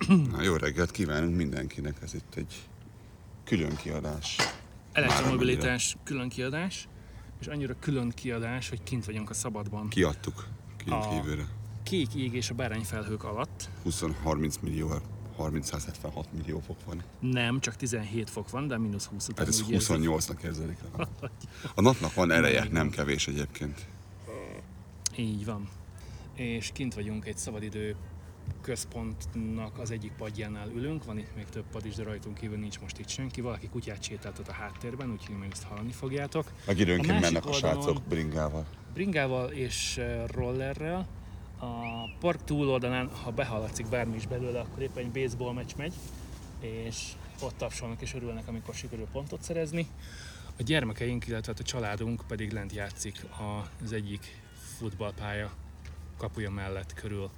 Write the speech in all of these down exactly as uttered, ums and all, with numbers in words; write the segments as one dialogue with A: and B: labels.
A: Na, jó reggelt kívánunk mindenkinek, ez itt egy külön kiadás.
B: Elektromobilitás külön kiadás, és annyira külön kiadás, hogy kint vagyunk a szabadban.
A: Kiadtuk kint kívülre.
B: Kék ég és a bárányfelhők alatt.
A: húsz-harminc millió, harminc-százhetvenhat millió fok van.
B: Nem, csak tizenhét fok van, de mínusz húsz után.
A: Hát ez huszonnyolcnak érződik. A napnak van ereje, nem kevés egyébként.
B: Így van. És kint vagyunk egy szabadidő központnak az egyik padjánál ülünk, van itt még több pad is, de rajtunk kívül nincs most itt senki. Valaki kutyát sétáltat a háttérben, úgyhogy még ezt hallani fogjátok.
A: Meg időnként mennek a
B: oldalon,
A: srácok bringával.
B: Bringával és rollerrel. A park túloldalán, ha behaladszik bármi is belőle, akkor éppen egy baseball meccs megy, és ott tapsolnak és örülnek, amikor sikerül pontot szerezni. A gyermekeink, illetve a családunk pedig lent játszik az egyik futballpálya kapuja mellett körül.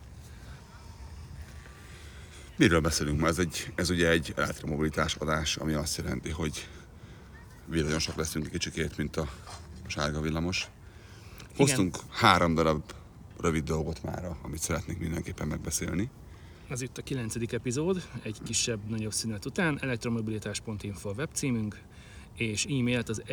A: Miről beszélünk ma? Ez, egy, ez ugye egy elektromobilitás adás, ami azt jelenti, hogy villanyosak leszünk egy kicsikét, mint a sárga villamos. Hoztunk Igen. három darab rövid dolgot mára, amit szeretnénk mindenképpen megbeszélni.
B: Ez itt a kilencedik epizód, egy kisebb-nagyobb szünet után, elektromobilitás pont info a webcímünk, és e-mailt az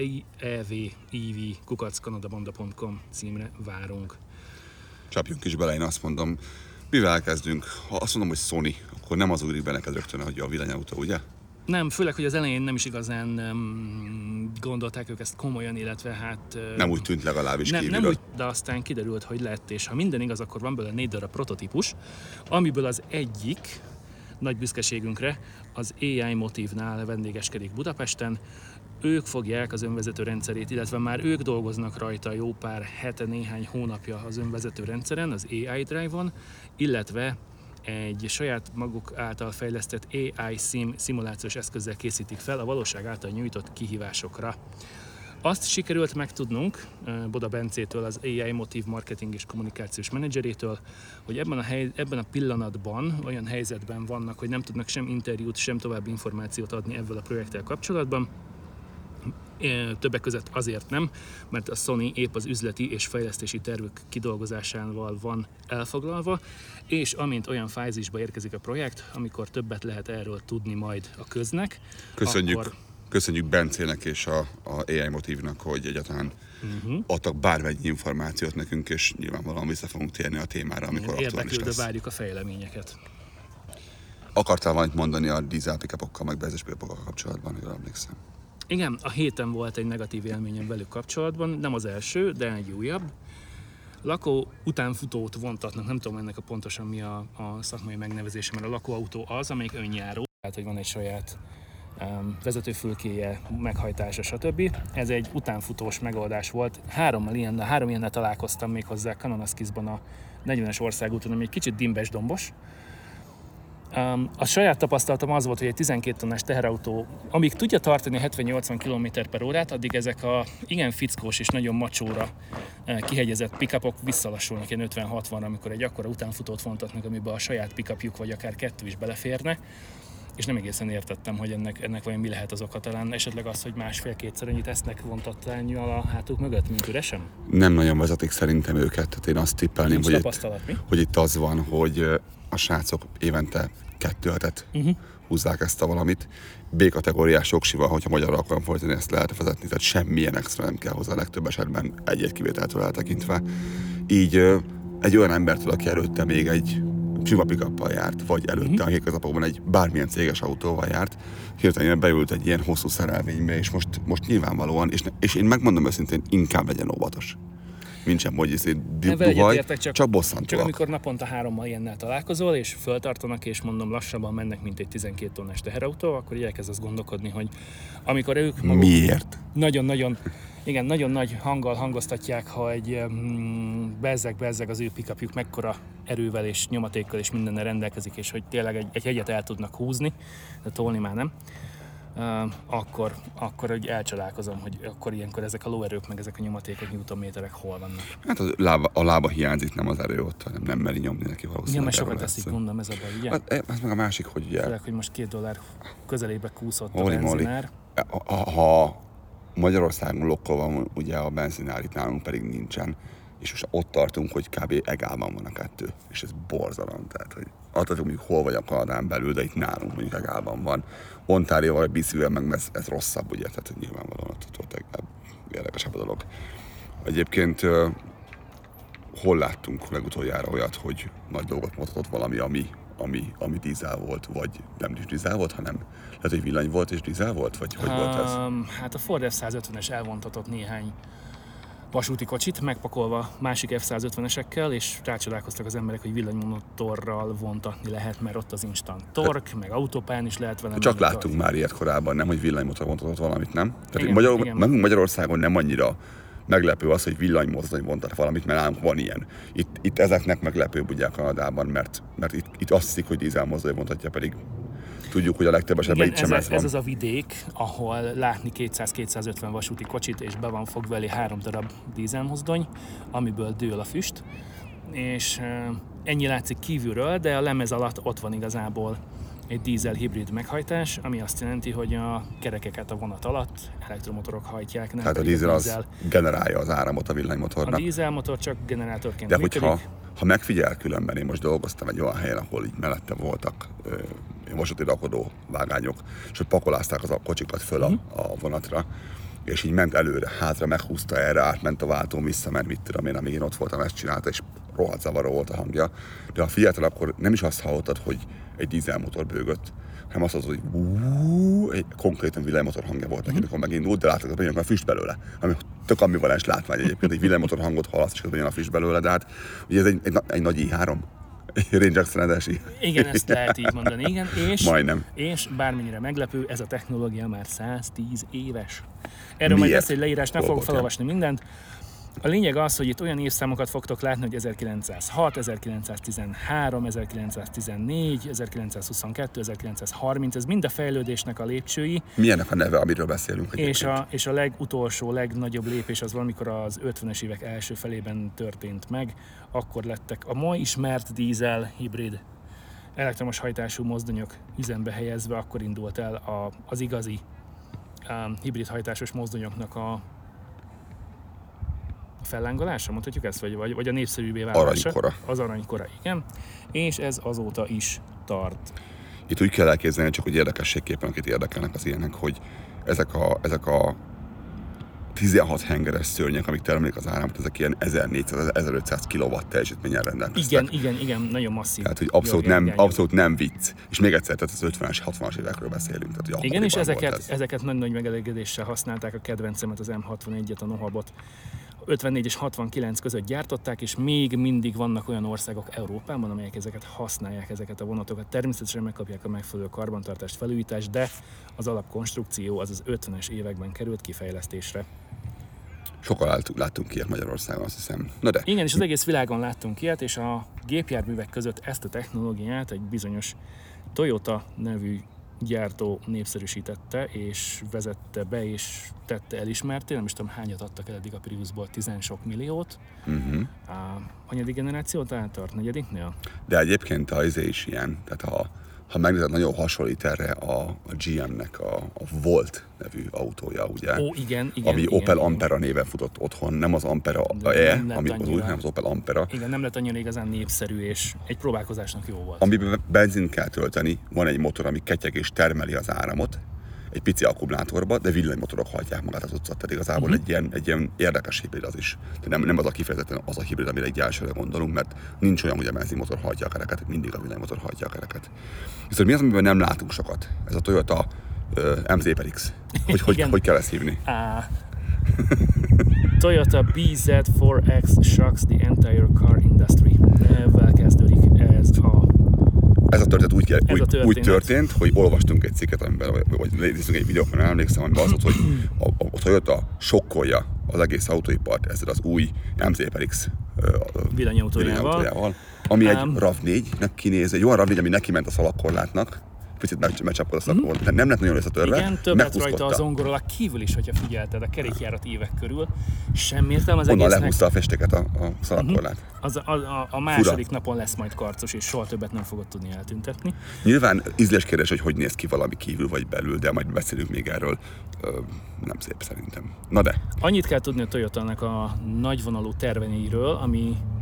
B: ev kukac kanadabanda pont com címre várunk.
A: Csapjunk is bele, én azt mondom, mivel kezdünk? Ha azt mondom, hogy Sony, akkor nem az ugrik be neked rögtön, hogy a villanyautó, ugye?
B: Nem, főleg, hogy az elején nem is igazán um, gondolták ők ezt komolyan, illetve hát... Uh,
A: nem úgy tűnt legalábbis
B: nem,
A: kívülről.
B: Nem úgy, de aztán kiderült, hogy lett, és ha minden igaz, akkor van belőle négy darab prototípus, amiből az egyik, nagy büszkeségünkre, az á i Motive-nál vendégeskedik Budapesten. Ők fogják az önvezető rendszerét, illetve már ők dolgoznak rajta jó pár hete, néhány hónapja az önvezető rendszeren, az á i Drive-on, illetve egy saját maguk által fejlesztett á i Sim szimulációs eszközzel készítik fel a valóság által nyújtott kihívásokra. Azt sikerült megtudnunk Boda Bencétől, az á i Motive marketing és kommunikációs menedzserétől, hogy ebben a, hely, ebben a pillanatban olyan helyzetben vannak, hogy nem tudnak sem interjút, sem további információt adni ebből a projekttel kapcsolatban. Többek között azért nem, mert a Sony épp az üzleti és fejlesztési tervük kidolgozásával van elfoglalva, és amint olyan fázisba érkezik a projekt, amikor többet lehet erről tudni majd a köznek,
A: Köszönjük,
B: akkor...
A: köszönjük Bencének és a, a á i Motive-nak, hogy egyáltalán uh-huh. adtak bármennyi információt nekünk, és nyilvánvalóan vissza fogunk térni a témára, amikor aktuális lesz.
B: Érdeklődve várjuk a fejleményeket.
A: Akartál valamit mondani a dízel pick-upokkal, meg benzines pick-upokkal kapcsolatban, jól emlékszem.
B: Igen, a héten volt egy negatív élményem velük kapcsolatban, nem az első, de egy újabb. Lakó utánfutót vontatnak, nem tudom ennek a pontosan mi a, a szakmai megnevezése, mert a lakóautó az, amelyik önjáró, tehát hogy van egy saját um, vezetőfülkéje, meghajtása, stb. Ez egy utánfutós megoldás volt. Hárommal ilyen, három ilyennel találkoztam még hozzá Kananaskisban a negyvenes országúton, ami egy kicsit dimbes-dombos. Um, a saját tapasztalatom az volt, hogy egy tizenkét tonnás teherautó, amíg tudja tartani a hetven-nyolcvan kilométer per órát, addig ezek a igen fickós és nagyon macsóra eh, kihegyezett pick-upok visszalassulnak ilyen ötven-hatvanra, amikor egy akkora utánfutót vontatnak, amiben a saját pick-upjuk vagy akár kettő is beleférne, és nem egészen értettem, hogy ennek, ennek vajon mi lehet az oka, talán esetleg az, hogy másfél-kétszer ennyit esznek vontatvánnyal a hátuk mögött, mint üresen?
A: Nem nagyon vezetik szerintem őket, tehát én azt tippelném, hogy itt, hogy itt az van, hogy a srácok évente kettő hetet uh-huh. húzzák ezt a valamit. B-kategóriás jogsival, hogyha magyarra akarom fordítani, ezt lehet vezetni, tehát semmilyen extra nem kell hozzá, legtöbb esetben egy-egy kivételtől eltekintve. Így egy olyan embertől, aki előtte még egy sima pick-uppal járt, vagy előtte uh-huh. a hétköznapokban egy bármilyen céges autóval járt, hirtelen beült egy ilyen hosszú szerelvénybe, és most, most nyilvánvalóan, és, és én megmondom őszintén, inkább legyen óvatos. Mint sem, hogy ez duhaj, csak, csak bosszantóak.
B: Csak amikor naponta hárommal ilyennel találkozol, és föltartanak, és mondom lassabban mennek, mint egy tizenkét tonnás teherautó, akkor így elkezdesz gondolkodni, hogy amikor ők maguk
A: miért?
B: Nagyon-nagyon, igen, nagyon nagy hanggal hangoztatják, hogy mm, bezzeg, bezzeg az ő pick-upjuk mekkora erővel és nyomatékkal és mindennel rendelkezik, és hogy tényleg egy, egy hegyet el tudnak húzni, de tolni már nem. Uh, akkor, akkor hogy elcsodálkozom, hogy akkor ilyenkor ezek a lóerők, meg ezek a nyomatékok, newtonméterek hol vannak.
A: Hát a lába, a lába hiányzik, nem az erő ott, hanem nem meri nyomni neki valószínűleg.
B: Igen, mert sokat teszik, mondom, ez a baj, ugye?
A: Hát, ez meg a másik, hogy ugye...
B: Főleg, hogy most két dollár közelébe kúszott
A: Holy
B: a benzinár.
A: Ha, ha Magyarországon lokkol van ugye a benzinár, itt nálunk pedig nincsen, és most ott tartunk, hogy kb. Egálban van a kettő, és ez borzalom, tehát hogy... attól, mondjuk hol vagy a Kanadán belül, de itt nálunk mondjuk Egálban van. Ontárióval, B C-vel meg ez, ez rosszabb, ugye, tehát nyilvánvalóan ott érdekesebb a dolog. Egyébként hol láttunk legutoljára olyat, hogy nagy dolgot mutatott valami, ami, ami, ami dízel volt, vagy nem is dízel volt, hanem lehet, hogy villany volt és dízel volt, vagy hogy um, volt ez?
B: Hát a Ford F száz ötvenes elvontatott néhány vasúti kocsit, megpakolva másik F száz ötvenesekkel, és rácsodálkoztak az emberek, hogy villanymotorral vontatni lehet, mert ott az instant tork, meg autópályán is lehet vele.
A: Csak láttunk már ilyet korábban, nem, hogy villanymotor vontatott valamit, nem? Tehát
B: igen,
A: Magyar,
B: igen.
A: Magyarországon nem annyira meglepő az, hogy villanymozdony vontat valamit, mert nálunk van ilyen. Itt, itt ezeknek meglepőbb ugye Kanadában, mert, mert itt, itt azt hiszik, hogy dízelmozdony vontatja, pedig tudjuk, hogy a legtöbb esetben itt sem
B: ez,
A: ez van.
B: Ez az a vidék, ahol látni kétszáz-kétszázötven vasúti kocsit, és be van fogva elé három darab dízelmozdony, amiből dől a füst, és ennyi látszik kívülről, de a lemez alatt ott van igazából egy dízel hibrid meghajtás, ami azt jelenti, hogy a kerekeket a vonat alatt elektromotorok hajtják. Nem
A: Tehát a dízel, a dízel az generálja az áramot a villanymotornak.
B: A dízelmotor csak generátorként
A: de
B: működik.
A: hogyha ha megfigyel különben, én most dolgoztam egy olyan helyen, ahol így mellette voltak ö, vasúti rakodó vágányok, és hogy pakolázták az a kocsikat föl a, a vonatra, és így ment előre, hátra, meghúzta erre, átment a váltón, visszament, mit tudom én, amíg én ott voltam, ezt csinálta, és rohadt zavaró volt a hangja. De ha figyelted, akkor nem is azt hallottad, hogy egy dízelmotor bőgött, hanem azt mondod, hogy úúúú, egy konkrétan villanymotor hangja volt neki, amikor megindult, de látod, hogy a füst belőle, ami tök ambivalens látvány egyébként, egy villanymotor hangot hallasz, és közben jön a füst belőle, de hát ugye ez egy, egy, egy nagy i három. Range Extender-es.
B: Igen, ezt lehet így mondani, igen, és,
A: majdnem.
B: És bármennyire meglepő, ez a technológia már száztíz éves. Erről
A: Miért?
B: majd lesz egy leírás, nem fogok
A: Hol
B: felolvasni mindent. A lényeg az, hogy itt olyan évszámokat fogtok látni, hogy ezerkilencszázhat, ezerkilencszáztizenhárom, ezerkilencszáztizennégy, ezerkilencszázhuszonkettő, ezerkilencszázharminc, ez mind a fejlődésnek a lépcsői.
A: Milyennek a neve, amiről beszélünk
B: és a, és a legutolsó, legnagyobb lépés az valamikor az ötvenes évek első felében történt meg. Akkor lettek a ma ismert dízel hibrid elektromos hajtású mozdonyok üzembe helyezve, akkor indult el a, az igazi um, hibrid hajtásos mozdonyoknak a fellángolása, mondhatjuk ezt, vagy, vagy, vagy a népszerűbbé válása.
A: Aranykora.
B: Az aranykora, igen. És ez azóta is tart.
A: Itt úgy kell elképzelni, csak hogy érdekességképpen, akit érdekelnek az ilyenek, hogy ezek a, ezek a tizenhat hengeres szörnyek, amik termelik az áramot, ezek ilyen ezernégyszáz-ezerötszáz kilowatt teljesítménnyel rendelkeztek.
B: Igen, igen, igen, nagyon masszív.
A: Tehát, hogy abszolút nem, igen, abszolút nem vicc. És még egyszer, tehát az ötvenes, hatvanas évekről beszélünk. Tehát, hogy
B: igen, és ezeket, ezeket nagy-nagy megelégedéssel használták, a kedvencemet, az M hatvanegyet, a Nohabot. ötvennégy és hatvankilenc között gyártották, és még mindig vannak olyan országok Európában, amelyek ezeket használják, ezeket a vonatokat. Természetesen megkapják a megfelelő karbantartást, felújítást, de az alapkonstrukció az az ötvenes években került kifejlesztésre.
A: Sokkal láttunk, láttunk ilyet Magyarországon, azt hiszem. Na de.
B: Igen, és az egész világon láttunk ilyet, és a gépjárművek között ezt a technológiát egy bizonyos Toyota nevű gyártó népszerűsítette, és vezette be, és tette elismerté. Nem is tudom, hányat adtak el eddig a Priusból, tizen sok milliót. Uh-huh. A hanyadik generációt eltart? Negyediknél?
A: De egyébként az izé is ilyen, tehát ha, ha megnézed, nagyon hasonlít erre a, a gé em-nek a, a Volt nevű autója, ugye?
B: Ó, igen, igen.
A: Ami
B: igen,
A: Opel
B: igen.
A: Ampera néven futott otthon, nem az Ampera E, ami az új, hanem az Opel Ampera.
B: Igen, nem lett annyira igazán népszerű, és egy próbálkozásnak jó volt.
A: Amiben benzint kell tölteni, van egy motor, ami ketyeg és termeli az áramot, egy pici akkumulátorba, de villanymotorok hajtják magát az utcát, tehát igazából uh-huh. egy, ilyen, egy ilyen érdekes hibrid az is. De nem, nem az a kifejezetten az a hibrid, amire egy elsőre gondolunk, mert nincs olyan, hogy a benzinmotor hajtja a kereket, mindig a villanymotor hajtja a kereket. Viszont mi az, amiben nem látunk sokat? Ez a Toyota uh, em zé per iksz. Hogy, hogy, hogy kell ezt hívni?
B: Ah. Toyota B Z négy X shocks the entire car industry. Ezzel kezdődik ez a
A: Ez a történet úgy, kell, úgy,
B: történet.
A: úgy történt, hogy olvastunk egy cikket, amiben, vagy néztünk egy videót, mert emlékszem, amiben az volt, hogy a, a Toyota sokkolja az egész autóipart ezzel az új em zé per iksz
B: villanyautójával,
A: ami
B: um,
A: egy RAV négynek kinéz, egy olyan RAV négy, ami neki ment a szalagkorlátnak, picit megcsapkod a szalagkorlát, mm-hmm. nem lett nagyon összetörve,
B: igen, több lett rajta a zongorolak kívül is, hogyha figyelted a kerékjárat évek körül. Semmi értelme az
A: egésznek. Onnan lehúzta a festéket a, a szalagkorlát.
B: Mm-hmm. Az, a, a, a második Fura. napon lesz majd karcos, és soha többet nem fogod tudni eltüntetni.
A: Nyilván ízlés kérdés, hogy hogy néz ki valami kívül vagy belül, de majd beszélünk még erről. Ö, nem szép szerintem. Na de.
B: Annyit kell tudni a Toyotának a nagyvonalú terveiről, ami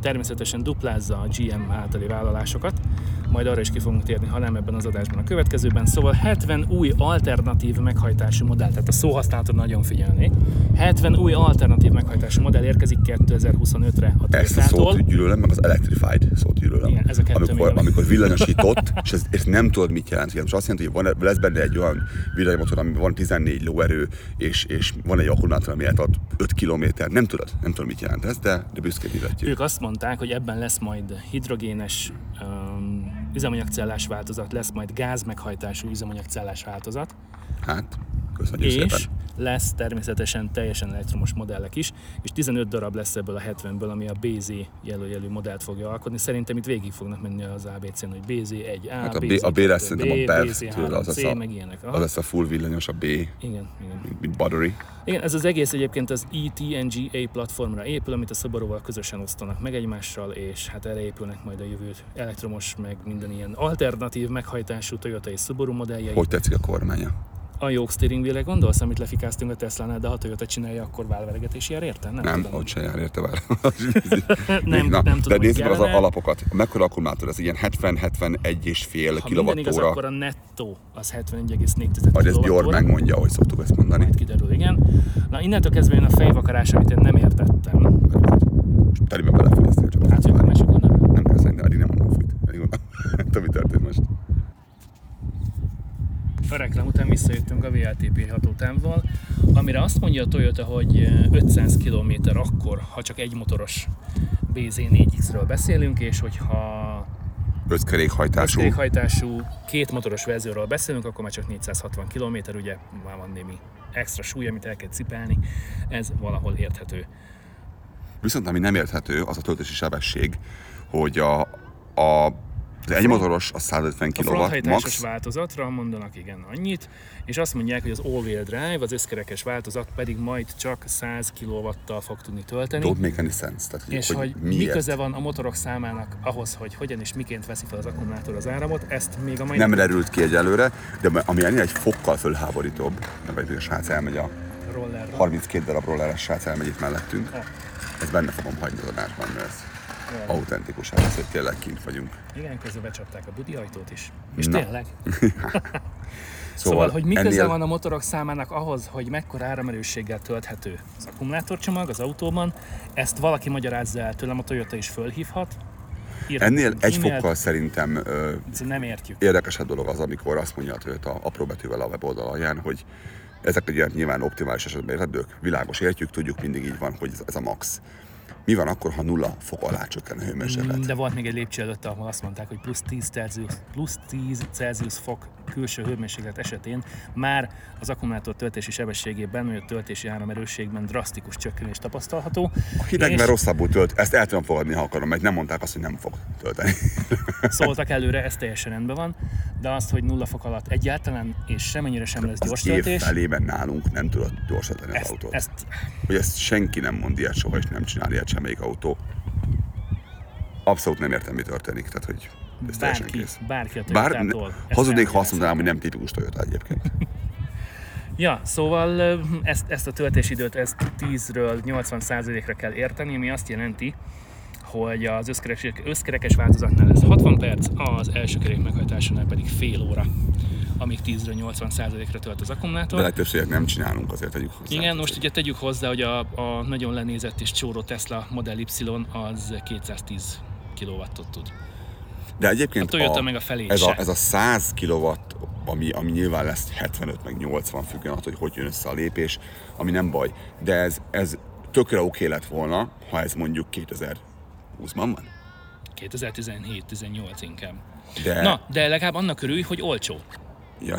B: természetesen duplázza a gé em általi vállalásokat, majd arra is ki fogunk térni, ha nem ebben az adásban, a következőben. Szóval hetven új alternatív meghajtású modell, tehát a szóhasználaton nagyon figyelnék. hetven új alternatív meghajtású modell érkezik kétezer-huszonötre a Toyotától.
A: Ezt a szót gyűlölöm, meg az electrified szót gyűlölöm.
B: Igen, ez a kettő
A: amikor,
B: még,
A: amikor villanyosított, és ezt, ezt nem tudod, mit jelent. Most azt jelenti, hogy van, lesz benne egy olyan villanymotor, ami van tizennégy lóerő, és, és van egy akkumulátor, ami eltart öt kilométer. Nem tudod, nem tudod, mit jelent ez, de, de büszkén illetjük.
B: Ők azt mondták, hogy ebben lesz majd hidrogénes um, üzemanyagcellás változat, lesz majd gázmeghajtású üzemanyagcellás változat.
A: Hát, köszönjük
B: és
A: szépen.
B: lesz természetesen teljesen elektromos modellek is, és tizenöt darab lesz ebből a hetvenből, ami a bé zé jelöljelű modellt fogja alkotni. Szerintem itt végig fognak menni az á bé cén, hogy bé zé egy A,
A: Hát a B,
B: bé zé
A: a B lesz
B: kettő,
A: szerintem a B E V,
B: bé zé
A: tőle,
B: három
A: az,
B: C,
A: lesz a,
B: meg ilyenek.
A: az lesz a full villanyos, a B,
B: Igen, igen.
A: mint battery.
B: Igen, ez az egész egyébként az i té en gé á platformra épül, amit a Subaruval közösen osztanak meg egymással, és hát erre épülnek majd a jövő elektromos, meg minden ilyen alternatív meghajtású Toyota és Subaru modelljei.
A: Hogy tetszik a kormánya?
B: A yoke steering wheel-re gondolsz, amit lefikáztunk a Teslánál, de ha a Toyota csinálja, akkor válveregetés jár érte? Nem,
A: Nem,
B: tudom.
A: ott se jár érte vár.
B: nem,
A: Na,
B: nem tudom,
A: de nézzük meg az
B: kellene.
A: alapokat. Mekkora akkumulátor? Ez ilyen hetven-hetvenegy és fél
B: Ha minden igaz,
A: kilowattóra.
B: akkor a nettó az hetvenegy egész négy
A: Vagy ezt Björn megmondja, ahogy szoktuk ezt mondani.
B: Majd kiderül, igen. Na, innentől kezdve jön a fejvakarás, amit én nem értettem.
A: Most telibe belefogyasztani csak.
B: Hát, hogy akkor mások onnan?
A: Nem kell szerintem, eddig nem onnan fújt. Eddig onnan. Nem tudom, mi történt most.
B: A reklám után visszajöttünk a vé el té pé hatótávval, amire azt mondja a Toyota, hogy ötszáz kilométer akkor, ha csak egy motoros bé zé négy iksz-ről beszélünk, és hogyha
A: Összkerékhajtású.
B: összkerékhajtású két motoros verzióról beszélünk, akkor már csak négyszázhatvan kilométer, ugye már van némi extra súly, amit el kell cipelni, ez valahol érthető.
A: Viszont ami nem érthető, az a töltési sebesség, hogy a, a az egymotoros a száz ötven
B: A
A: kilowatt
B: fronthajtásos
A: max.
B: változatra mondanak igen annyit, és azt mondják, hogy az all-wheel drive, az összkerekes változat pedig majd csak száz kilowattal fog tudni tölteni.
A: Don't make any sense. Tehát,
B: És hogy,
A: hogy
B: mi
A: miért?
B: köze van a motorok számának ahhoz, hogy hogyan és miként veszi fel az akkumulátor az áramot, ezt még a mai
A: Nem derült ki egyelőre, de ami ennél egy fokkal fölháborítóbb, mert a srác elmegy a
B: rollerra.
A: harminckét darab rolleres srác elmegy itt mellettünk.
B: Ha.
A: Ezt benne fogom hagyni az adásban, mert ez autentikus, ez, hogy tényleg kint vagyunk.
B: Igen, közben becsapták a budi ajtót is. És
A: Na.
B: tényleg. Szóval, szóval, hogy mi
A: ennél...
B: köze van a motorok számának ahhoz, hogy mekkora áramerősséggel tölthető az akkumulátorcsomag az autóban, ezt valaki magyarázza el tőlem, a Toyota is fölhívhat.
A: Ennél egy fokkal szerintem ö,
B: nem értjük.
A: érdekesebb dolog az, amikor azt mondja a Toyota apró betűvel a weboldalaján, hogy ezek egy ilyen nyilván optimális esetben érthetők, világos, értjük, tudjuk, mindig így van, hogy ez, ez a max. Mi van akkor, ha nulla fok alá csökken a hőmérséklet?
B: De volt még egy lépcső előtte, ahol azt mondták, hogy plusz tíz Celsius, plusz tíz Celsius fok külső hőmérséklet esetén már az akkumulátor töltési sebességében, vagy a töltési áramerősségben drasztikus csökkenés tapasztalható.
A: A hidegben rosszabbul tölt, ezt el tudom fogadni, ha akarom, mert nem mondták azt, hogy nem fog tölteni.
B: Szóltak előre, ez teljesen rendben van, de azt, hogy nulla fok alatt egyáltalán, és semennyire sem lesz gyors
A: az év
B: töltés.
A: felében nálunk nem tudod gyorsítani az
B: Ezt,
A: autót.
B: ezt,
A: Hogy ezt senki nem mond ilyet soha, és nem csinál ilyet semmelyik autó. Abszolút nem értem, mi történik, tehát hogy ez teljesen
B: bárki,
A: kész.
B: bárki a
A: Bár
B: Toyotától.
A: hazudnék, ha azt mondanám, hogy nem tipikus Toyota egyébként.
B: Ja, szóval ezt, ezt a töltésidőt ezt tízről nyolcvan százalékra kell érteni, ami azt jelenti, hogy az összkerekes, összkerekes változatnál lesz hatvan perc, az első kerék meghajtásánál pedig fél óra, amíg tízről nyolcvan százalékra tölt az akkumulátor.
A: De legtöbbször nem csinálunk, azért tegyük hozzá.
B: Igen, most ugye tegyük hozzá, hogy a, a nagyon lenézett és csóró Tesla Model Y az kétszáztíz kilowattot tud.
A: De egyébként
B: a Toyota meg a felét
A: ez,
B: se.
A: a, ez a száz kilowatt, ami, ami nyilván lesz hetvenöt meg nyolcvan függően attól, hogy hogy jön össze a lépés, ami nem baj. De ez, ez tökre oké lett volna, ha ez mondjuk kétezer-húszban van.
B: kétezer-tizenhét tizennyolc inkább.
A: De...
B: Na, de legalább annak örülj, hogy olcsó.
A: Ja,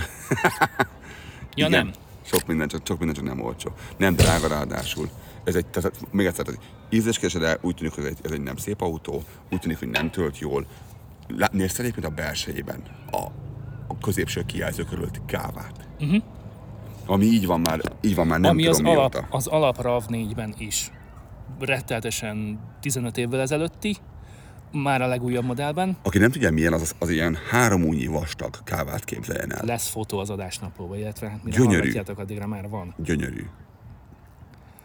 B: Ja,
A: igen.
B: nem.
A: Sok minden, csak, sok minden csak nem olcsó. Nem drága ráadásul. Ez egy, tehát, még egyszer, tehát ízléskérdés, de úgy tűnik, hogy ez egy, ez egy nem szép autó, úgy tűnik, hogy nem tölt jól. Nézted egyébként a belsejében a, a középső kijelző körülötti kávát. Uh-huh. Ami így van már, így van már nem
B: Ami
A: tudom
B: az
A: mióta.
B: alap, az alap RAV négyben is rettenetesen tizenöt évvel ezelőtti, már a legújabb modellben.
A: Aki nem tudja milyen, az, az, az ilyen három újnyi vastag kávát képzeljen el.
B: Lesz fotó az adásnaplóba, illetve hát mire
A: Gyönyörű.
B: hallgatjátok, addigra már van.
A: Gyönyörű.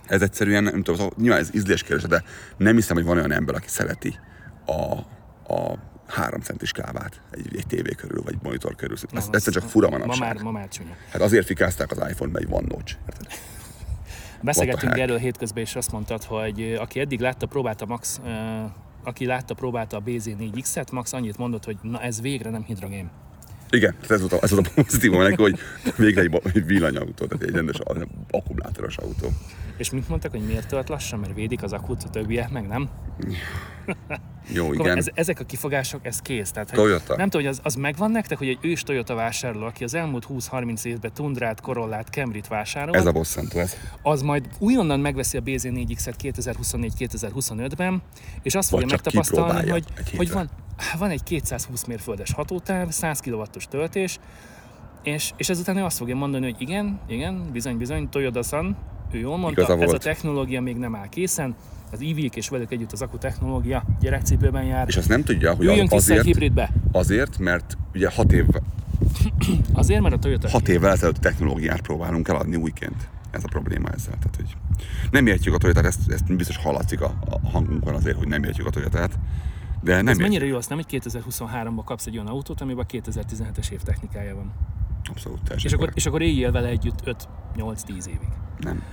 A: Ez egyszerűen, nem tudom, nyilván ez ízléskérdés, de nem hiszem, hogy van olyan ember, aki szereti a, a három centis kávát egy, egy tévé körül, vagy monitor körül. Ez,
B: Na,
A: ez csak fura manapság.
B: Ma már, ma már csúnya.
A: Hát azért fikázták az iPhone-be egy One Notch.
B: Beszélgettünk erről hétközben, és azt mondtad, hogy aki eddig látta, próbálta Max, uh, aki látta, próbálta a bé zé négy iksz-et, Max annyit mondott, hogy na ez végre nem hidrogén.
A: Igen, ez volt a, ez volt a pozitív neki, hogy végre egy, egy villanyautó, tehát egy rendes akkumulátoros autó.
B: És mit mondtak, hogy miért tölt lassan, mert védik az akut, a többiek meg nem?
A: Jó, igen.
B: Ez, ezek a kifogások, ez kész. Tehát,
A: Toyota.
B: Nem tudom, hogy az, az megvan nektek, hogy egy ős Toyota vásárló, aki az elmúlt húsz-harminc évben Tundrát, Corollát, Camryt vásárolt.
A: Ez a bosszantó, ez.
B: Az majd újonnan megveszi a bé zé négy iksz-et kétezer-huszonnégy kétezer-huszonötben, és azt fogja megtapasztalni, hogy, hogy van, van egy kétszázhúsz mérföldes hatótáv, száz kilowattos töltés, és, és ezután ő azt fogja mondani, hogy igen, igen, bizony, bizony, Toyota-san, ő jól mondta, Igaza ez volt. A technológia még nem áll készen, az í vé-k és velük együtt az akkutechnológia gyerekcipőben jár.
A: És azt nem tudja, hogy
B: Üljünk
A: azért,
B: vissza hibridbe.
A: Azért, mert ugye hat év
B: Azért, mert a Toyota...
A: Hat évvel ezelőtt technológiát próbálunk eladni újként. Ez a probléma ezzel. Tehát, hogy nem értjük a Toyotát, ezt, ezt biztos hallatszik a, a hangunkon azért, hogy nem értjük a Toyotát. De nem
B: ez értjük. Mennyire jó, azt nem, hogy kétezer-huszonháromban kapsz egy olyan autót, amiben kétezer-tizenhetes év technikája van.
A: Abszolút.
B: És akkor, és akkor éljél vele együtt öt-nyolc-tíz évig.
A: Nem.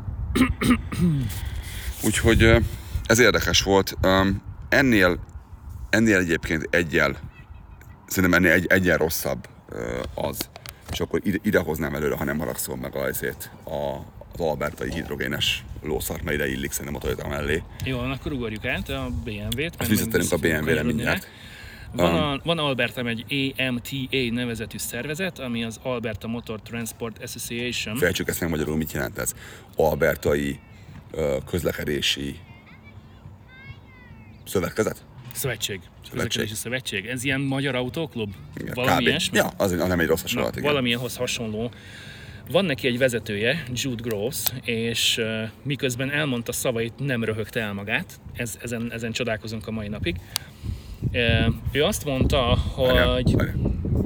A: Úgyhogy ez érdekes volt. Ennél, ennél egyébként egyel, szerintem ennél egy, egyen rosszabb az, és akkor ide, ide hoznám előre, ha nem haragszol meg azért a, az albertai hidrogénes lószart, mert ide illik szerintem a Toyota mellé.
B: Jó, akkor ugorjuk át a bé em vé-t.
A: Ezt visszatérünk a bé em vé-re mindjárt.
B: Van, a, van Alberta egy á em té á nevezetű szervezet, ami az Alberta Motor Transport Association.
A: Fejtsük ezt meg magyarul, mit jelent ez? Albertai uh, közlekedési szövetkezet?
B: Szövetség. Közlekedési szövetség. Ez ilyen magyar autóklub? Igen, valami
A: kb.
B: Ilyesmi?
A: Ja, az nem egy rossz hasonlat.
B: Valamilyenhoz hasonló. Van neki egy vezetője, Jude Gross, és uh, miközben elmondta szavait, nem röhögte el magát. Ez, ezen, ezen csodálkozunk a mai napig. Uh, ő azt mondta, hogy... Várjál, várjál.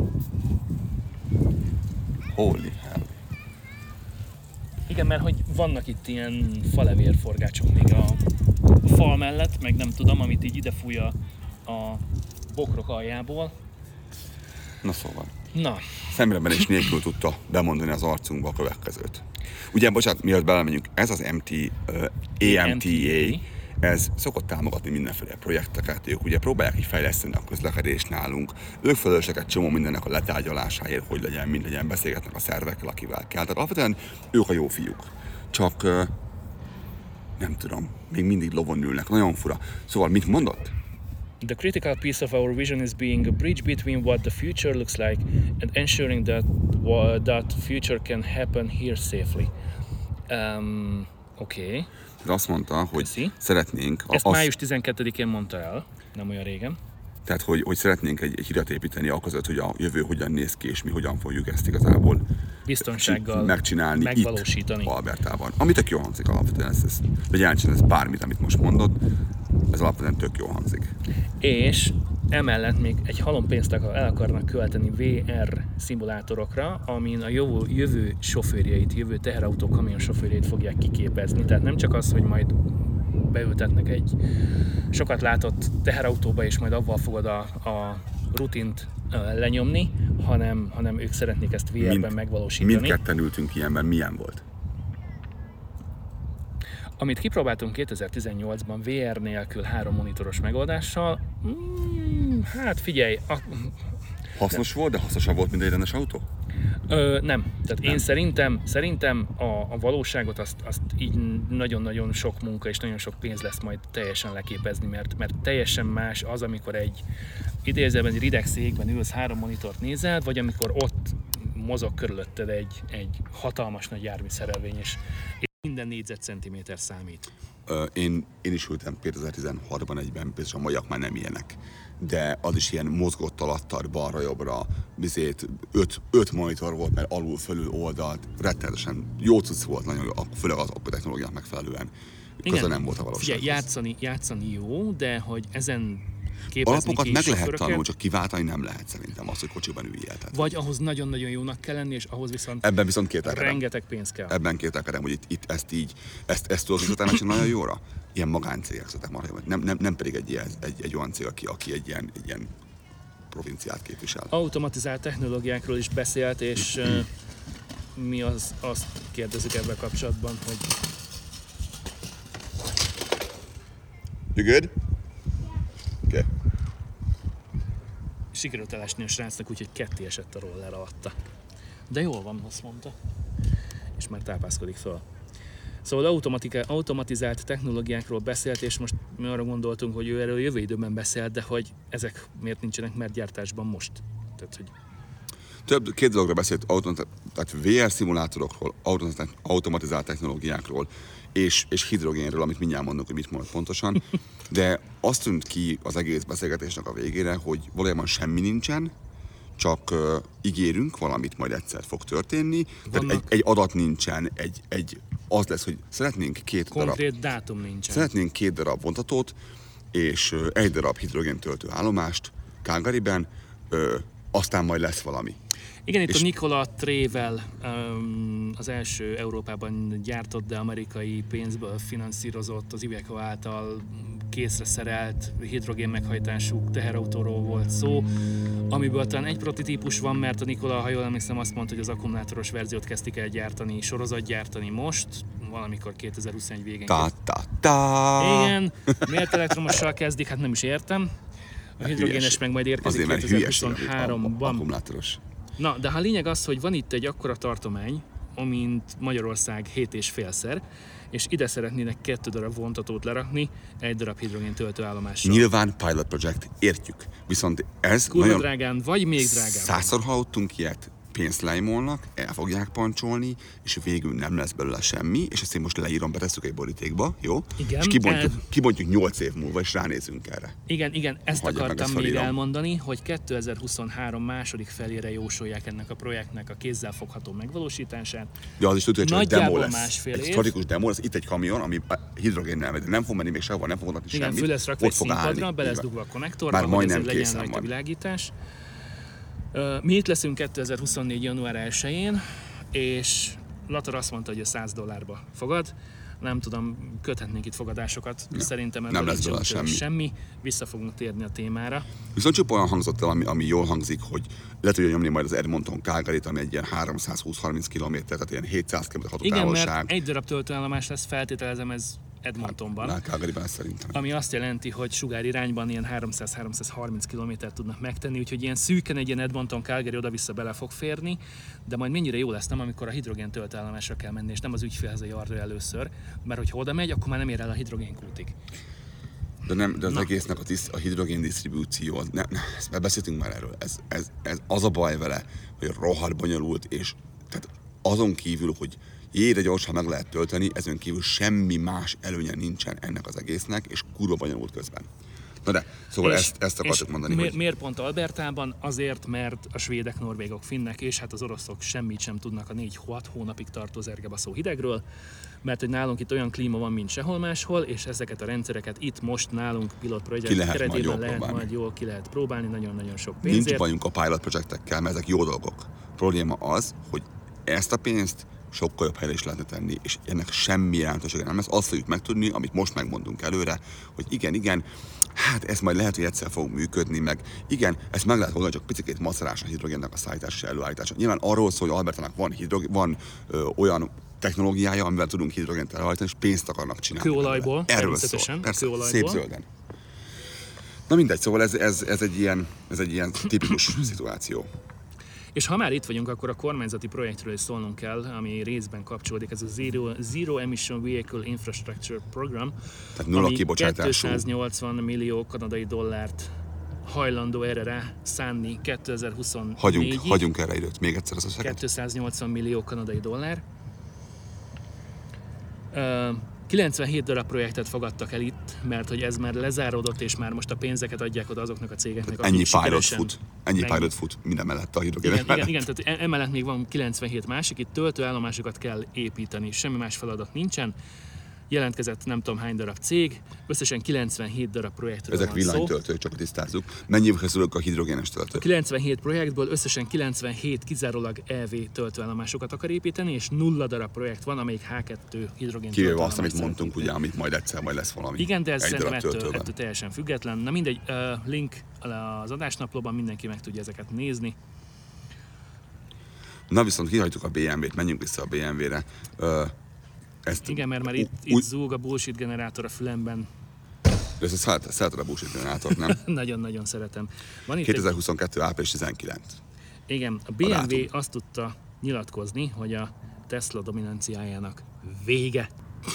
A: Holy hell.
B: Igen, mert hogy vannak itt ilyen falevérforgácsok még a fal mellett, meg nem tudom, amit így idefúj a, a bokrok aljából.
A: Na szóval.
B: Na.
A: Szemreben is nélkül tudta bemondani az arcunkba a következőt. Ugye, bocsánat, mielőtt belemegyünk, ez az em té, uh, á em té á, ez szokott támogatni mindenféle projekteket, ők ugye próbálják így fejleszteni a közlekedést nálunk, ők felelősek egy csomó mindennek a letárgyalásáért, hogy legyen, mind legyen, beszélgetnek a szervekkel, akivel kell. Tehát alapvetően ők a jó fiúk. Csak uh, nem tudom, még mindig lovon ülnek, nagyon fura. Szóval mit mondott?
B: The critical piece of our vision is being a bridge between what the future looks like and ensuring that what, that future can happen here safely. Um, Oké. Okay.
A: Azt mondta, hogy Köszi. szeretnénk...
B: Ezt az... május tizenkettedikén mondta el, nem olyan régen.
A: Tehát, hogy, hogy szeretnénk egy, egy hidat építeni aközött, hogy a jövő hogyan néz ki, és mi hogyan fogjuk ezt igazából
B: biztonsággal
A: megcsinálni
B: megvalósítani.
A: Itt Albertában. Ami tök jól hangzik alapvetően, ez, ez, vagy jelentsen ez bármit, amit most mondott, ez alapvetően tök jól hangzik.
B: És emellett még egy halom pénzt el akarnak költeni vé er szimulátorokra, amin a jövő, jövő sofőrjeit, jövő teherautó kamion sofőrjeit fogják kiképezni. Tehát nem csak az, hogy majd beültetnek egy sokat látott teherautóba, és majd avval fogod a, a rutint uh, lenyomni, hanem, hanem ők szeretnék ezt vé erben Mind, megvalósítani.
A: Mindketten ültünk ilyenben, milyen volt?
B: Amit kipróbáltunk kétezer-tizennyolcban vé er nélkül három monitoros megoldással, mm, hát figyelj... A...
A: Hasznos volt, de hasznosabb volt, mint egy rendes autó?
B: Ö, nem. Tehát nem. Én szerintem, szerintem a, a valóságot azt, azt így nagyon-nagyon sok munka és nagyon sok pénz lesz majd teljesen leképezni, mert, mert teljesen más az, amikor egy idézőben egy rideg székben ülsz, három monitort nézel, vagy amikor ott mozog körülötted egy, egy hatalmas nagy járműszerelvény, és minden négyzetcentiméter számít.
A: Ö, én, én is ültem kétezer-tizenhatban egyben, biztos a magyarok már nem ilyenek, de az is ilyen mozgott alattad balra-jobbra, bizét, öt, öt monitor volt, mert alul, fölül, oldalt, rettenetesen jó cucc volt, nagyon, főleg az a technológiák megfelelően. Közben nem volt a valóság.
B: Figyelj, játszani, játszani jó, de hogy ezen képezni
A: Alapokat
B: ki
A: meg lehet
B: sofőröket.
A: tanulni, csak kiváltani nem lehet szerintem azt, hogy kocsiban üljél. Tehát
B: Vagy ahhoz nagyon-nagyon jónak kell lenni, és ahhoz viszont,
A: ebben viszont kételkedem.
B: rengeteg pénz kell.
A: Ebben kételkedem, hogy itt, itt ezt így, ezt, ezt tudod utána nagyon jóra. Ilyen magáncégek szokták marha jól. Nem, nem, nem pedig egy, ilyen, egy, egy olyan cég, aki, aki egy ilyen, egy ilyen provinciát képvisel.
B: Automatizált technológiákról is beszélt, és uh, mi az, azt kérdezzük ebben kapcsolatban, hogy
A: You good? Okay.
B: sikerült elesni a srácnak, úgyhogy ketté esett a roller alatta. De jól van, azt mondta. És már tápászkodik föl. Szóval automatika, automatizált technológiákról beszélt, és most mi arra gondoltunk, hogy ő erről jövő időben beszélt, de hogy ezek miért nincsenek már gyártásban most. Tehát, hogy
A: Több, két dologra beszélt, tehát vé er szimulátorokról, automatizált technológiákról, és, és hidrogénről, amit mindjárt mondok, hogy mit mond pontosan. De azt tűnt ki az egész beszélgetésnek a végére, hogy valójában semmi nincsen, csak uh, ígérünk, valamit majd egyszer fog történni. Tehát egy, egy adat nincsen, egy, egy, az lesz, hogy szeretnénk két
B: konkrét
A: darab,
B: dátum nincsen.
A: Szeretnénk két darab vontatót, és uh, egy darab hidrogéntöltő állomást Calgaryben, uh, aztán majd lesz valami.
B: Igen, itt
A: és
B: a Nikola Trével um, az első Európában gyártott, de amerikai pénzből finanszírozott, az Iveco által készre szerelt hidrogén meghajtású teherautóról volt szó, amiből talán egy prototípus van, mert a Nikola, ha jól emlékszem, azt mondta, hogy az akkumulátoros verziót kezdték el gyártani, sorozatgyártani most, valamikor kétezer-huszonegy végén.
A: Ta, ta, ta.
B: Igen, miért elektromossal kezdik, hát nem is értem. A hidrogénes meg majd érkezik kétezer-huszonháromban.
A: Akkumulátoros.
B: Na, de ha a lényeg az, hogy van itt egy akkora tartomány, amint Magyarország hét és félszer, és ide szeretnének kettő darab vontatót lerakni, egy darab hidrogén töltőállomással.
A: Nyilván pilot project, értjük. Viszont ez
B: kurva
A: nagyon
B: drágán, vagy még drágább.
A: Százszor hallottunk ilyet, pénzt leimolnak, el fogják pancsolni, és végül nem lesz belőle semmi, és ezt én most leírom, betesszük egy borítékba, jó?
B: Igen,
A: és kibontjuk,
B: el...
A: kibontjuk nyolc év múlva, és ránézünk erre.
B: Igen, igen, ezt
A: Hagyjad
B: akartam
A: meg,
B: még
A: felírom.
B: elmondani, hogy kétezer-huszonhárom második felére jósolják ennek a projektnek a kézzelfogható megvalósítását.
A: Ja, az is tudja, hogy demo lesz.
B: Másfél
A: egy
B: év.
A: statikus demo lesz, itt egy kamion, ami hidrogénnel megy, nem fog menni még sehova, nem fog vonatni
B: Igen,
A: semmit.
B: föl lesz rakva egy
A: Ott fog állni.
B: színpadra, be lesz
A: Így van.
B: dugva a konnektorba,
A: Már
B: hogy
A: majdnem
B: ezzel legyen
A: készen
B: rajta
A: van.
B: világítás. Mi itt leszünk kétezer-huszonnégy. január elsején, és Lator azt mondta, hogy a száz dollárba fogad. Nem tudom, köthetnénk itt fogadásokat,
A: Ja,
B: szerintem
A: nem
B: ebből
A: lesz
B: nincsen
A: belőle semmi.
B: semmi. Vissza fogunk térni a témára.
A: Viszont csak olyan hangzott el, ami, ami jól hangzik, hogy le tudja nyomni majd az Edmonton Calgaryt, ami egy ilyen háromszázhúsz-harminc kilométer, tehát ilyen hétszáz kilométer ható
B: Igen,
A: távolság.
B: mert egy darab töltőállomás lesz, feltételezem ez Edmontonban.
A: Hát, Calgaryben lesz szerintem.
B: Ami azt jelenti, hogy sugárirányban ilyen háromszáz-háromszázharminc kilométert tudnak megtenni, úgyhogy ilyen szűken egy ilyen Edmonton Calgary oda-vissza bele fog férni, de majd mennyire jó lesz, nem, amikor a hidrogén töltőállomásra kell menni, és nem az ügyfélhez a yardra először, mert hogyha oda megy, akkor már nem ér el a hidrogénkútig.
A: De, nem, de az
B: Na.
A: egésznek a, tiszt, a hidrogén disztribúció, az nem, nem, ezt beszéltünk már erről, ez, ez, ez az a baj vele, hogy rohadt bonyolult, és tehát azon kívül, hogy jére gyorsan meg lehet tölteni, ezen kívül semmi más előnye nincsen ennek az egésznek, és kurva bonyolult közben. Na de, szóval
B: És-
A: ezt, ezt akartuk
B: és
A: mondani,
B: mi-
A: hogy
B: Miért pont Albertában? Azért, mert a svédek, norvégok, finnek és hát az oroszok semmit sem tudnak a négy-hat hónapig tartó zergebaszó hidegről, mert hogy nálunk itt olyan klíma van, mint sehol máshol, és ezeket a rendszereket itt most nálunk pilot
A: Ki
B: projekt
A: lehet majd
B: keretében
A: jól
B: lehet
A: próbálni.
B: majd jól ki lehet próbálni, nagyon-nagyon sok
A: nincs
B: pénzért.
A: bajunk a pilot projektekkel, mert ezek jó dolgok. A probléma az, hogy ezt a pénzt sokkal jobb helyre is lehetne tenni, és ennek semmi jelentősége nem lesz. Azt fogjuk megtudni, amit most megmondunk előre, hogy igen, igen, hát ez majd lehet, hogy egyszer fog működni, meg igen, ezt meg lehet oldani, csak picikét macerás a hidrogénnek a szállítása és előállítása. Nyilván arról szól, hogy Albertának van, hidrogén, van ö, olyan technológiája, amivel tudunk hidrogént előállítani, és pénzt akarnak csinálni.
B: Kőolajból,
A: belőle. Erről
B: természetesen,
A: szól. Persze,
B: kőolajból.
A: szép zölden. Na mindegy, szóval ez, ez, ez, egy, ilyen, ez egy ilyen tipikus szituáció.
B: És ha már itt vagyunk, akkor a kormányzati projektről is szólnunk kell, ami részben kapcsolódik, ez a Zero, Zero Emission Vehicle Infrastructure Program,
A: Tehát nulla
B: ami
A: kibocsátású.
B: kétszáznyolcvan millió kanadai dollárt hajlandó erre rá szánni kétezer-huszonnégyig.
A: Hagyunk, hagyunk erre időt. Még egyszer az összeget.
B: kétszáznyolcvan millió kanadai dollár. Ö, kilencvenhét darab projektet fogadtak el itt, mert hogy ez már lezáródott, és már most a pénzeket adják oda azoknak a cégeknek,
A: Ennyi pilot
B: sikeresen-
A: fut. Ennyi
B: Ennyi.
A: pilot fut minden mellett a hidrogének
B: Igen, igen,
A: mellett.
B: igen, tehát emellett még van kilencvenhét másik, itt töltőállomásokat kell építeni, semmi más feladat nincsen. jelentkezett nem tudom hány darab cég, összesen kilencvenhét darab projektről
A: Ezek
B: van
A: villanytöltők, csak tisztázzuk. Mennyivel készülök a hidrogénes töltők?
B: A kilencvenhét projektből összesen kilencvenhét kizárólag é vé töltőállomásokat akar építeni, és nulla darab projekt van, amelyik há kettő hidrogén
A: kivéve azt, amit mondtunk, ugye, amit majd egyszer majd lesz valami.
B: Igen, de ez szerintem ettől, ettől teljesen független. Na mindegy, uh, link az adásnaplóban, mindenki meg tudja ezeket nézni.
A: Na viszont kihagytuk a bé em vét, menjünk vissza a bé em vére. Uh,
B: Ezt Igen, mert már itt, itt zúg a bullshit generátor a fülemben.
A: De ezt szeret, szereted a bullshit generátort, nem?
B: Nagyon-nagyon szeretem.
A: Van itt kétezer-huszonkettő. Egy... április tizenkilenc.
B: Igen, a bé em vé azt tudta nyilatkozni, hogy a Tesla dominanciájának vége.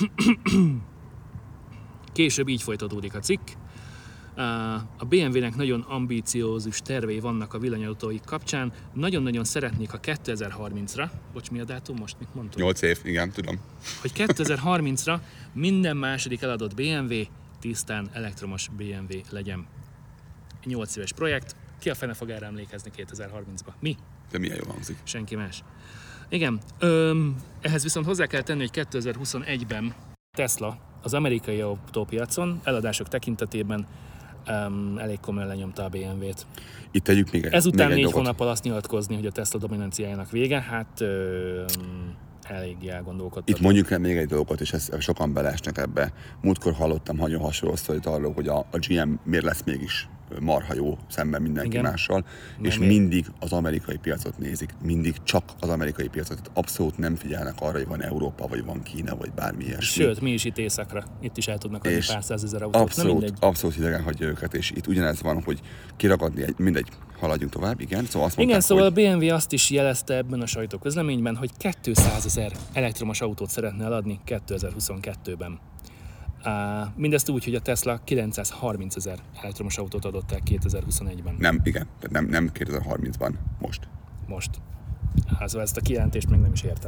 B: Később így folytatódik a cikk. A bé em vének nagyon ambíciózus tervei vannak a villanyautóik kapcsán. Nagyon-nagyon szeretnék a kétezer-harmincra, bocs, mi a dátum most, mit mondtuk?
A: nyolc év, igen, tudom.
B: Hogy kétezer-harmincra minden második eladott bé em vé tisztán elektromos bé em vé legyen. nyolc éves projekt, ki a fene fog erre emlékezni kétezer-harmincba? Mi?
A: De milyen jól hangzik.
B: Senki más. Igen, öm, ehhez viszont hozzá kell tenni, hogy kétezer-huszonegyben Tesla az amerikai autópiacon eladások tekintetében Um, elég komolyan lenyomta a bé em vét.
A: Itt tegyük még egy
B: Ezután
A: még
B: négy
A: egy
B: hónappal azt nyilatkozni, hogy a Tesla dominanciájának vége, hát um, eléggé elgondolkodtak.
A: Itt mondjuk el még egy dolgot, és ezt sokan beleesnek ebbe. Múltkor hallottam nagyon hasonló sztorit arról, hogy a, a gé em miért lesz mégis marha jó szemben mindenki Igen. mással, nem és ér. mindig az amerikai piacot nézik, mindig csak az amerikai piacot, tehát abszolút nem figyelnek arra, hogy van Európa, vagy van Kína, vagy bármi ilyesmi.
B: Sőt, mi is itt északra, itt is el tudnak adni pár százezer autót,
A: abszolút, abszolút hidegen hagyja őket, és itt ugyanez van, hogy kiragadni egy, mindegy, haladjunk tovább, igen, szóval azt mondták,
B: Igen, szóval
A: hogy...
B: a bé em vé azt is jelezte ebben a sajtóközleményben, hogy kétszázezer elektromos autót szeretne eladni kétezer-huszonkettőben. Uh, mindezt úgy, hogy a Tesla kilencszázharmincezer elektromos autót adott el kétezer-huszonegyben.
A: Nem, igen, tehát nem, nem kétezer-harmincban, most.
B: Most. Hát ezt a kijelentést még nem is értem.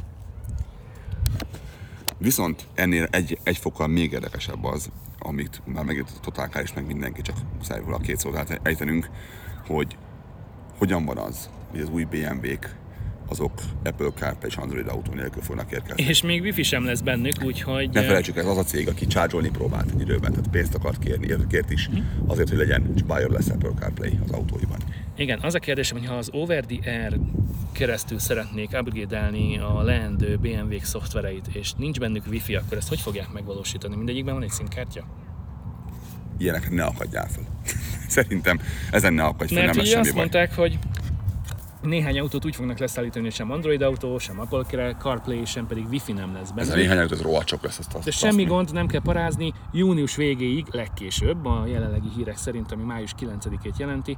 A: Viszont ennél egy, egy fokkal még érdekesebb az, amit már megint a Totálkár is meg mindenki, csak szájból a két szót ejtenünk, hogy hogyan van az, hogy az új bé em vék azok Apple CarPlay és Android autó nélkül fognak érkezni.
B: És még Wi-Fi sem lesz bennük, úgyhogy...
A: Ne felejtsük, ez az a cég, aki charge-olni próbált egy időben, tehát pénzt akart kérni, kért is, azért, hogy legyen wireless Apple CarPlay az autóiban.
B: Igen, az a kérdésem, hogy ha az over the air keresztül szeretnék upgrade-elni a leendő bé em vék szoftvereit, és nincs bennük Wi-Fi, akkor ezt hogy fogják megvalósítani? Mindegyikben van egy SIM-kártya?
A: Ilyeneket ne akadjál fel. Szerintem ezen ne akadj fel, nem lesz semmi
B: azt baj. Mondták, hogy néhány autót úgy fognak leszállítani, hogy sem Android autó, sem Apple CarPlay, sem pedig Wi-Fi nem lesz benne.
A: Ez a néhány autó, ez rohadt sok lesz. Azt, azt,
B: De semmi gond, nem kell parázni, június végéig, legkésőbb, a jelenlegi hírek szerint, ami május kilencedikét jelenti,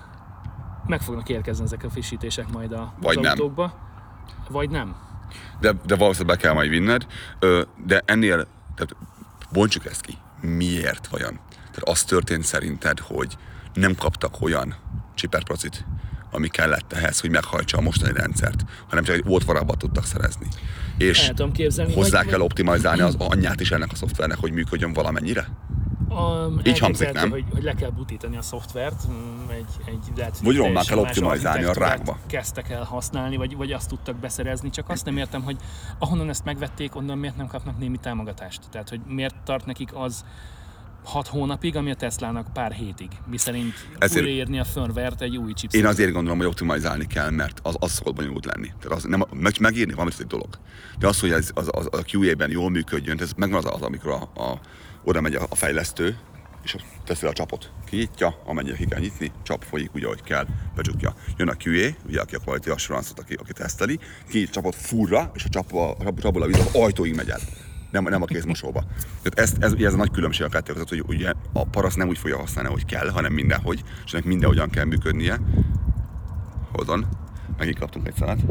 B: meg fognak érkezni ezek a frissítések majd a
A: vagy
B: autókba.
A: Nem.
B: Vagy nem.
A: De, de valószínűleg be kell majd vinned, de ennél, tehát bontsuk ezt ki, miért vajon? Tehát az történt szerinted, hogy nem kaptak olyan csiperprocit, ami kellett ehhez, hogy meghajtsa a mostani rendszert, hanem csak egy ótvarabbat tudtak szerezni. És hozzá
B: vagy,
A: kell optimalizálni az anyját is ennek a szoftvernek, hogy működjön valamennyire?
B: Um,
A: Így hangzik, nem?
B: Hogy, hogy le kell butítani a szoftvert, egy, egy lehet,
A: vagy rommá kell optimalizálni a rákba.
B: Kezdtek el használni, vagy, vagy azt tudtak beszerezni, csak azt nem értem, hogy ahonnan ezt megvették, onnan miért nem kapnak némi támogatást. Tehát, hogy miért tart nekik az hat hónapig, ami a Teslának pár hétig, miszerint újraírni a firmware-t egy új chipset.
A: Én azért gondolom, hogy optimalizálni kell, mert az, az szokott bonyolult lenni. Tehát az, nem, meg, megírni valamit, egy dolog. De az, hogy ez, az, az, a kú á-ben jól működjön, ez megvan az, az amikor a, a, oda megy a, a fejlesztő, és teszi a csapot. Kinyitja, amennyire ki kell nyitni, csap folyik úgy, ahogy kell, becsukja. Jön a kú á, ugye, aki a quality assurance-ot, aki, aki teszteli, kinyit a csapot furra, és a csapból a víz az ajtóig megy el. Nem, nem a kézmosóba. Tehát ez, ez, ez a nagy különbség a kettő között, hogy ugye a paraszt nem úgy fogja használni, ahogy kell, hanem mindenhogy, és ennek mindenhogyan kell működnie. Hozzon, megint kaptunk egy szelet.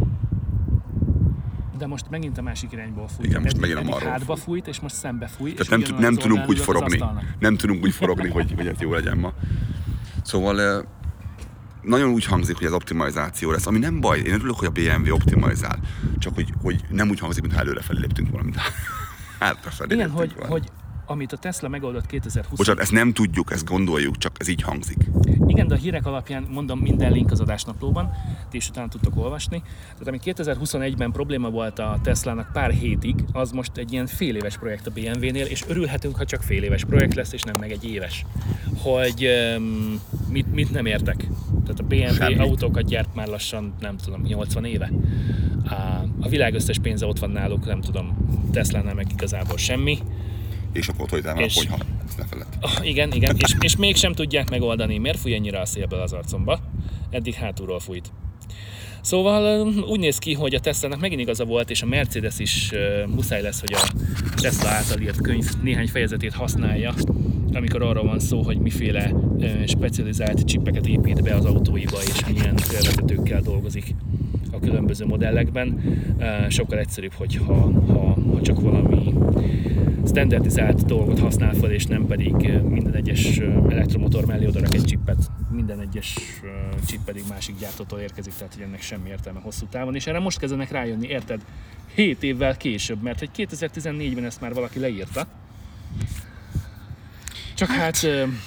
B: De most megint a másik irányból fújt.
A: Igen, most megint a marról
B: hátba fújt, és most szembe fújt.
A: Tehát nem, nem tudunk úgy forogni. Nem tudunk úgy forogni, hogy, hogy ez jó legyen ma. Szóval nagyon úgy hangzik, hogy ez optimalizáció lesz, ami nem baj. Én örülök, hogy a bé em vé optimalizál. Csak hogy, hogy nem úgy hangzik, mintha előrefelé léptünk volna, mint hátrafelé
B: Igen, hogy, hogy amit a Tesla megoldott kétezer-húsz.
A: Bocsánat, ezt nem tudjuk, ezt gondoljuk, csak ez így hangzik.
B: Igen, de a hírek alapján mondom, minden link az adásnaplóban, ti is utána tudtok olvasni. Tehát ami kétezer-huszonegyben probléma volt a Teslának pár hétig, az most egy ilyen fél éves projekt a bé em vé-nél, és örülhetünk, ha csak fél éves projekt lesz, és nem meg egy éves. Hogy um, mit, mit nem értek. Tehát a bé em vé Semmi. Autókat gyárt már lassan, nem tudom, nyolcvan éve. A, a világ összes pénze ott van náluk, nem tudom, Teslánál meg igazából semmi.
A: És akkor Toyotánál a konyha, ezt ne felett.
B: Oh, igen, igen, és, és mégsem tudják megoldani. Miért fúj ennyire a szélből az arcomba? Eddig hátulról fújt. Szóval úgy néz ki, hogy a Teslának megint igaza volt, és a Mercedes is uh, muszáj lesz, hogy a Tesla által írt könyv néhány fejezetét használja, amikor arról van szó, hogy miféle uh, specializált csippeket épít be az autóiba, és milyen vezetőkkel dolgozik a különböző modellekben. Uh, sokkal egyszerűbb, hogyha ha, ha csak valami standardizált dolgot használ fel, és nem pedig minden egyes elektromotor mellé odarak egy csippet. Minden egyes chip pedig másik gyártótól érkezik, tehát hogy ennek semmi értelme hosszú távon. És erre most kezdenek rájönni, érted? hét évvel később, mert hogy kétezer-tizennégyben ezt már valaki leírta. Csak hát,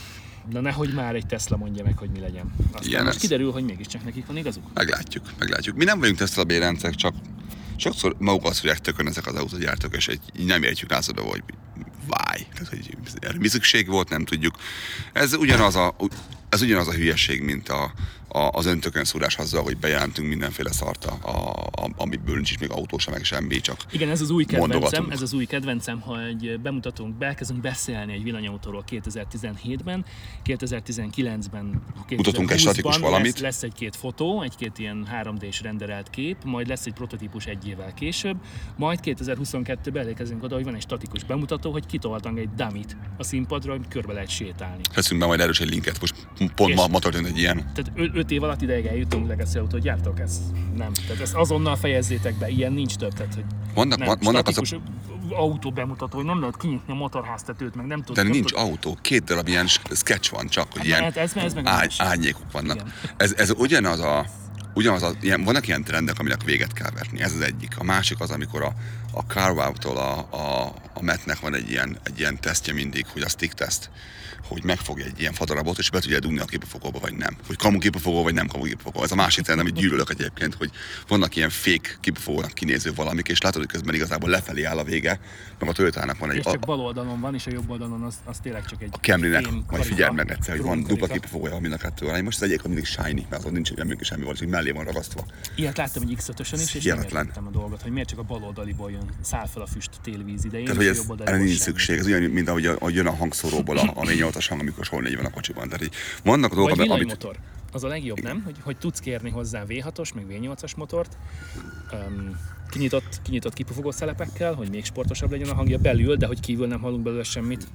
B: na nehogy már egy Tesla mondja meg, hogy mi legyen. Aztán igen, most ez... kiderül, hogy mégiscsak nekik van igazuk.
A: Meglátjuk, meglátjuk. Mi nem vagyunk Tesla bérencek, csak sokszor maguk azt fogják tökön ezek az autógyártók, és így nem értjük ázadba, hogy why. Tehát, hogy erre mi szükség volt, nem tudjuk. Ez ugyanaz a, ez ugyanaz a hülyeség, mint a, a, az öntökön szúrás azzal, hogy bejelentünk mindenféle szart, a, a, amiből nincs is még autó sem, meg semmi, csak
B: igen, ez az új kedvencem, ez az új kedvencem, hogy bemutatunk, elkezdünk beszélni egy villanyautóról kétezer-tizenhétben, kétezer-tizenkilencben,
A: mutatunk egy statikus valamit.
B: Lesz, lesz egy-két fotó, egy-két ilyen három dés renderelt kép, majd lesz egy prototípus egy évvel később, majd kétezer-huszonkettőben elérkezünk oda, hogy van egy statikus bemutató, hogy kitoltunk egy dummy-t a színpadra, hogy körbe lehet sétálni.
A: Teszünk be majd erős egy linket, most pont ma, ma történt egy ilyen.
B: Tehát öt év alatt ideig eljutunk, legacy autógyártók, ez nem. Tehát ezt azonnal fejezzétek be, ilyen nincs több. Tehát, hogy
A: vannak,
B: nem,
A: vannak azok...
B: autó bemutató, hogy nem lehet kinyitni a motorháztetőt, meg nem tudod.
A: De nincs tud... autó, két darab ilyen sketch van csak, hogy hát, ilyen
B: hát ez, ez meg
A: ágy, ányékok vannak. Ez, ez ugyanaz a, ugyanaz a ilyen, vannak ilyen trendek, aminek véget kell vetni, ez az egyik. A másik az, amikor a, a Carwow-tól a, a, a Metnek van egy ilyen, egy ilyen tesztje mindig, hogy a stick teszt, hogy megfogja egy ilyen fadarabot, és be tudja dugni a képafogóba, vagy nem. Hogy kamu képafogó, vagy nem kamu képafogó. Ez a másik trend, amit gyűlölök egyébként, hogy vannak ilyen fake képafogónak kinéző valamik, és látod, hogy közben igazából lefelé áll a vége, meg a Toyotának van egy...
B: És csak bal oldalon van, és a jobb oldalon az, az tényleg csak egy...
A: A Camrynek, majd figyeld meg egyszer, hogy van dupla képafogója mind a kettő alá. Most az egyik mindig shiny, mert azon nincs semmi, semmi van, hogy mellé van ragasztva.
B: Ilyet láttam egy iksz ötösön is, és nem értettem a dolgot, hogy miért csak a bal oldaliból jön, száll fel a füst télivíz idején.
A: Tehát, hogy ez, erre nincs szükség. Ez olyan, mint ahogy a, a jön a hangszóróból a, a vé nyolcas hang, amikor soha négy van a kocsiban. Tehát így vannak a dolgok,
B: vagy villanymotor. Amit... Az a legjobb, igen. Nem? Hogy, hogy tudsz kérni hozzá vé hatos, meg vé nyolcas motort, um, kinyitott, kinyitott kipufogó szelepekkel, hogy még sportosabb legyen a hangja belül, de hogy kívül nem hallunk belőle semmit.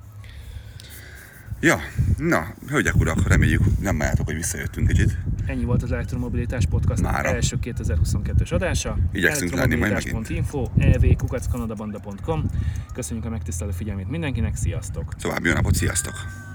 A: Ja, na, hölgyek, urak, reméljük, nem várjátok, hogy visszajöttünk kicsit.
B: Ennyi volt az Elektromobilitás Podcast Mára. első kétezer-huszonkettős adása.
A: Igyekszünk lenni majd megint.
B: Info, e v kukac kanada banda pont com. Köszönjük a megtisztelő figyelmét mindenkinek, sziasztok!
A: További jó napot, sziasztok!